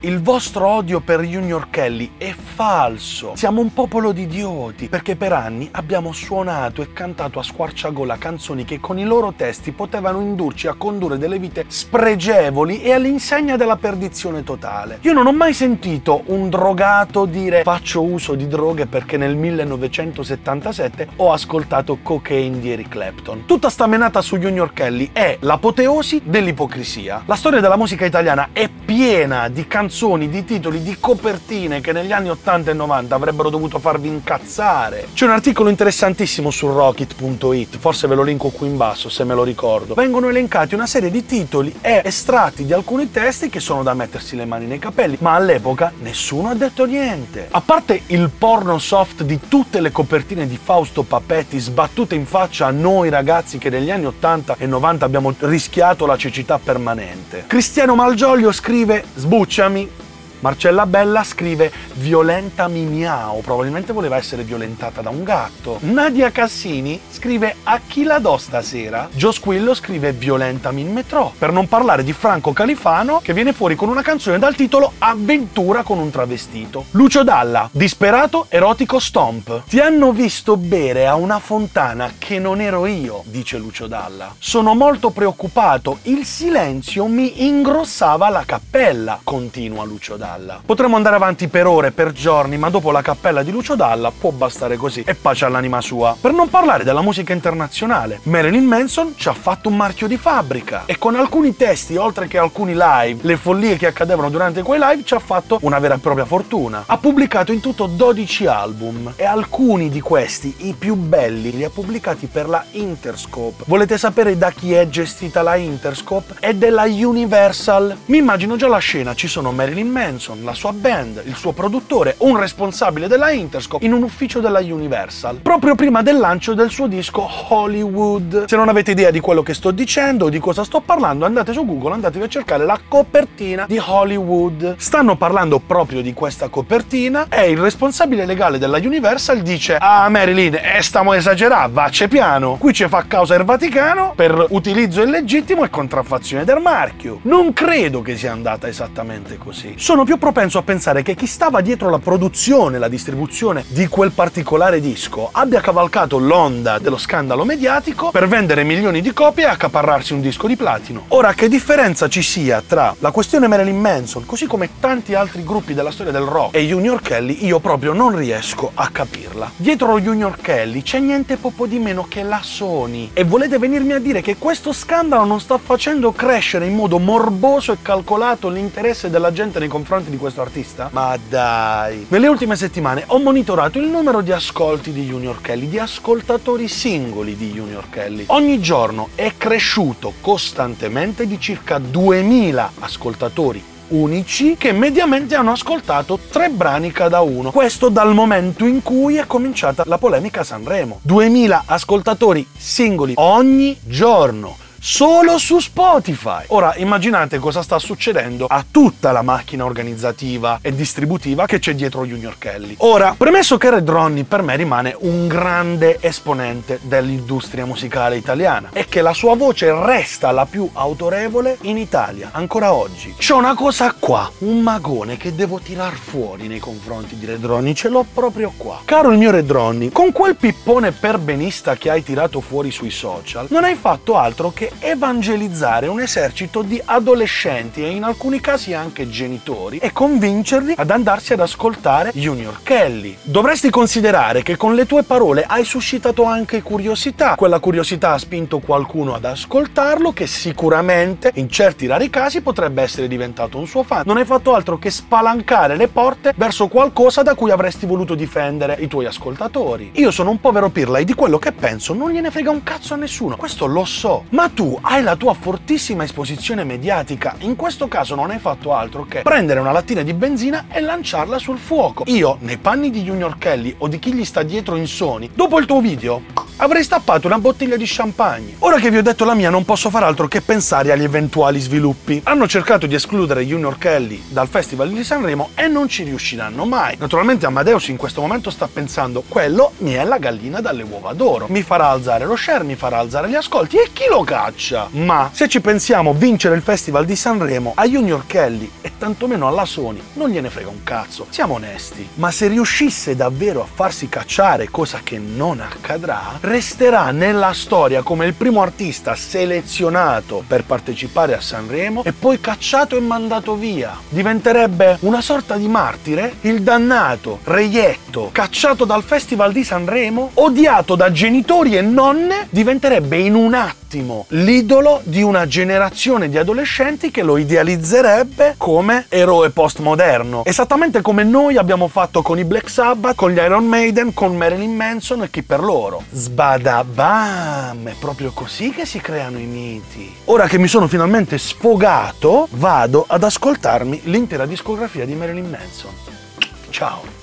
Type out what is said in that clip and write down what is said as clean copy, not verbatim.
Il vostro odio per Junior Kelly è falso. Siamo un popolo di idioti, perché per anni abbiamo suonato e cantato a squarciagola canzoni che con i loro testi potevano indurci a condurre delle vite spregevoli e all'insegna della perdizione totale. Io non ho mai sentito un drogato dire faccio uso di droghe perché nel 1977 ho ascoltato Cocaine di Eric Clapton. Tutta sta menata su Junior Kelly è l'apoteosi dell'ipocrisia. La storia della musica italiana è piena di canzoni, di titoli, di copertine che negli anni 80 e 90 avrebbero dovuto farvi incazzare. C'è un articolo interessantissimo su Rockit.it, forse ve lo linko qui in basso se me lo ricordo. Vengono elencati una serie di titoli e estratti di alcuni testi che sono da mettersi le mani nei capelli, ma all'epoca nessuno ha detto niente. A parte il porno soft di tutte le copertine di Fausto Papetti sbattute in faccia a noi ragazzi che negli anni 80 e 90 abbiamo rischiato la cecità permanente. Cristiano Malgioglio scrive sbucciami. Marcella Bella scrive violentami miau, probabilmente voleva essere violentata da un gatto. Nadia Cassini scrive a chi la do stasera? Gio Squillo scrive violentami in metro. Per non parlare di Franco Califano che viene fuori con una canzone dal titolo Avventura con un travestito. Lucio Dalla, disperato erotico stomp. Ti hanno visto bere a una fontana che non ero io, dice Lucio Dalla. Sono molto preoccupato, il silenzio mi ingrossava la cappella, continua Lucio Dalla. Potremmo andare avanti per ore, per giorni, ma dopo la cappella di Lucio Dalla può bastare così e pace all'anima sua. Per non parlare della musica internazionale, Marilyn Manson ci ha fatto un marchio di fabbrica e con alcuni testi, oltre che alcuni live, le follie che accadevano durante quei live, ci ha fatto una vera e propria fortuna. Ha pubblicato in tutto 12 album e alcuni di questi, i più belli, li ha pubblicati per la Interscope. Volete sapere da chi è gestita la Interscope? È della Universal. Mi immagino già la scena, ci sono Marilyn Manson, la sua band, il suo produttore, un responsabile della Interscope in un ufficio della Universal, proprio prima del lancio del suo disco Hollywood. Se non avete idea di quello che sto dicendo o di cosa sto parlando, andate su Google, andatevi a cercare la copertina di Hollywood. Stanno parlando proprio di questa copertina e il responsabile legale della Universal dice ah Marilyn, stiamo esagerando, vacce piano, qui ci fa causa il Vaticano per utilizzo illegittimo e contraffazione del marchio. Non credo che sia andata esattamente così. Sono più propenso a pensare che chi stava dietro la produzione, la distribuzione di quel particolare disco abbia cavalcato l'onda dello scandalo mediatico per vendere milioni di copie e accaparrarsi un disco di platino. Ora, che differenza ci sia tra la questione Marilyn Manson, così come tanti altri gruppi della storia del rock, e Junior Kelly, io proprio non riesco a capirla. Dietro lo Junior Kelly c'è niente poco di meno che la Sony. E volete venirmi a dire che questo scandalo non sta facendo crescere in modo morboso e calcolato l'interesse della gente nei confronti di questo artista? Ma dai! Nelle ultime settimane ho monitorato il numero di ascolti di Junior Kelly, di ascoltatori singoli di Junior Kelly. Ogni giorno è cresciuto costantemente di circa 2000 ascoltatori unici che mediamente hanno ascoltato 3 brani cada uno. Questo dal momento in cui è cominciata la polemica Sanremo. 2000 ascoltatori singoli ogni giorno. Solo su Spotify. Ora immaginate cosa sta succedendo a tutta la macchina organizzativa e distributiva che c'è dietro Junior Kelly. Ora, premesso che Red Ronnie per me rimane un grande esponente dell'industria musicale italiana e che la sua voce resta la più autorevole in Italia, ancora oggi. C'ho una cosa qua, un magone che devo tirar fuori nei confronti di Red Ronnie, ce l'ho proprio qua. Caro il mio Red Ronnie, con quel pippone perbenista che hai tirato fuori sui social, non hai fatto altro che evangelizzare un esercito di adolescenti e in alcuni casi anche genitori e convincerli ad andarsi ad ascoltare Junior Kelly. Dovresti considerare che con le tue parole hai suscitato anche curiosità. Quella curiosità ha spinto qualcuno ad ascoltarlo che sicuramente in certi rari casi potrebbe essere diventato un suo fan. Non hai fatto altro che spalancare le porte verso qualcosa da cui avresti voluto difendere i tuoi ascoltatori. Io sono un povero pirla e di quello che penso non gliene frega un cazzo a nessuno, questo lo so, ma tu hai la tua fortissima esposizione mediatica. In questo caso non hai fatto altro che prendere una lattina di benzina e lanciarla sul fuoco. Io, nei panni di Junior Kelly o di chi gli sta dietro in Sony, dopo il tuo video Avrei stappato una bottiglia di champagne. Ora che vi ho detto la mia, non posso far altro che pensare agli eventuali sviluppi. Hanno cercato di escludere Junior Kelly dal Festival di Sanremo e non ci riusciranno mai. Naturalmente Amadeus in questo momento sta pensando: quello mi è la gallina dalle uova d'oro, mi farà alzare lo share, mi farà alzare gli ascolti, e chi lo caccia? Ma se ci pensiamo, vincere il Festival di Sanremo a Junior Kelly e tantomeno alla Sony non gliene frega un cazzo, siamo onesti. Ma se riuscisse davvero a farsi cacciare, cosa che non accadrà, resterà nella storia come il primo artista selezionato per partecipare a Sanremo e poi cacciato e mandato via. Diventerebbe una sorta di martire, il dannato, reietto, cacciato dal Festival di Sanremo, odiato da genitori e nonne, diventerebbe in un attimo l'idolo di una generazione di adolescenti che lo idealizzerebbe come eroe postmoderno, esattamente come noi abbiamo fatto con i Black Sabbath, con gli Iron Maiden, con Marilyn Manson e chi per loro. Sbadabam! È proprio così che si creano i miti. Ora che mi sono finalmente sfogato, vado ad ascoltarmi l'intera discografia di Marilyn Manson. Ciao!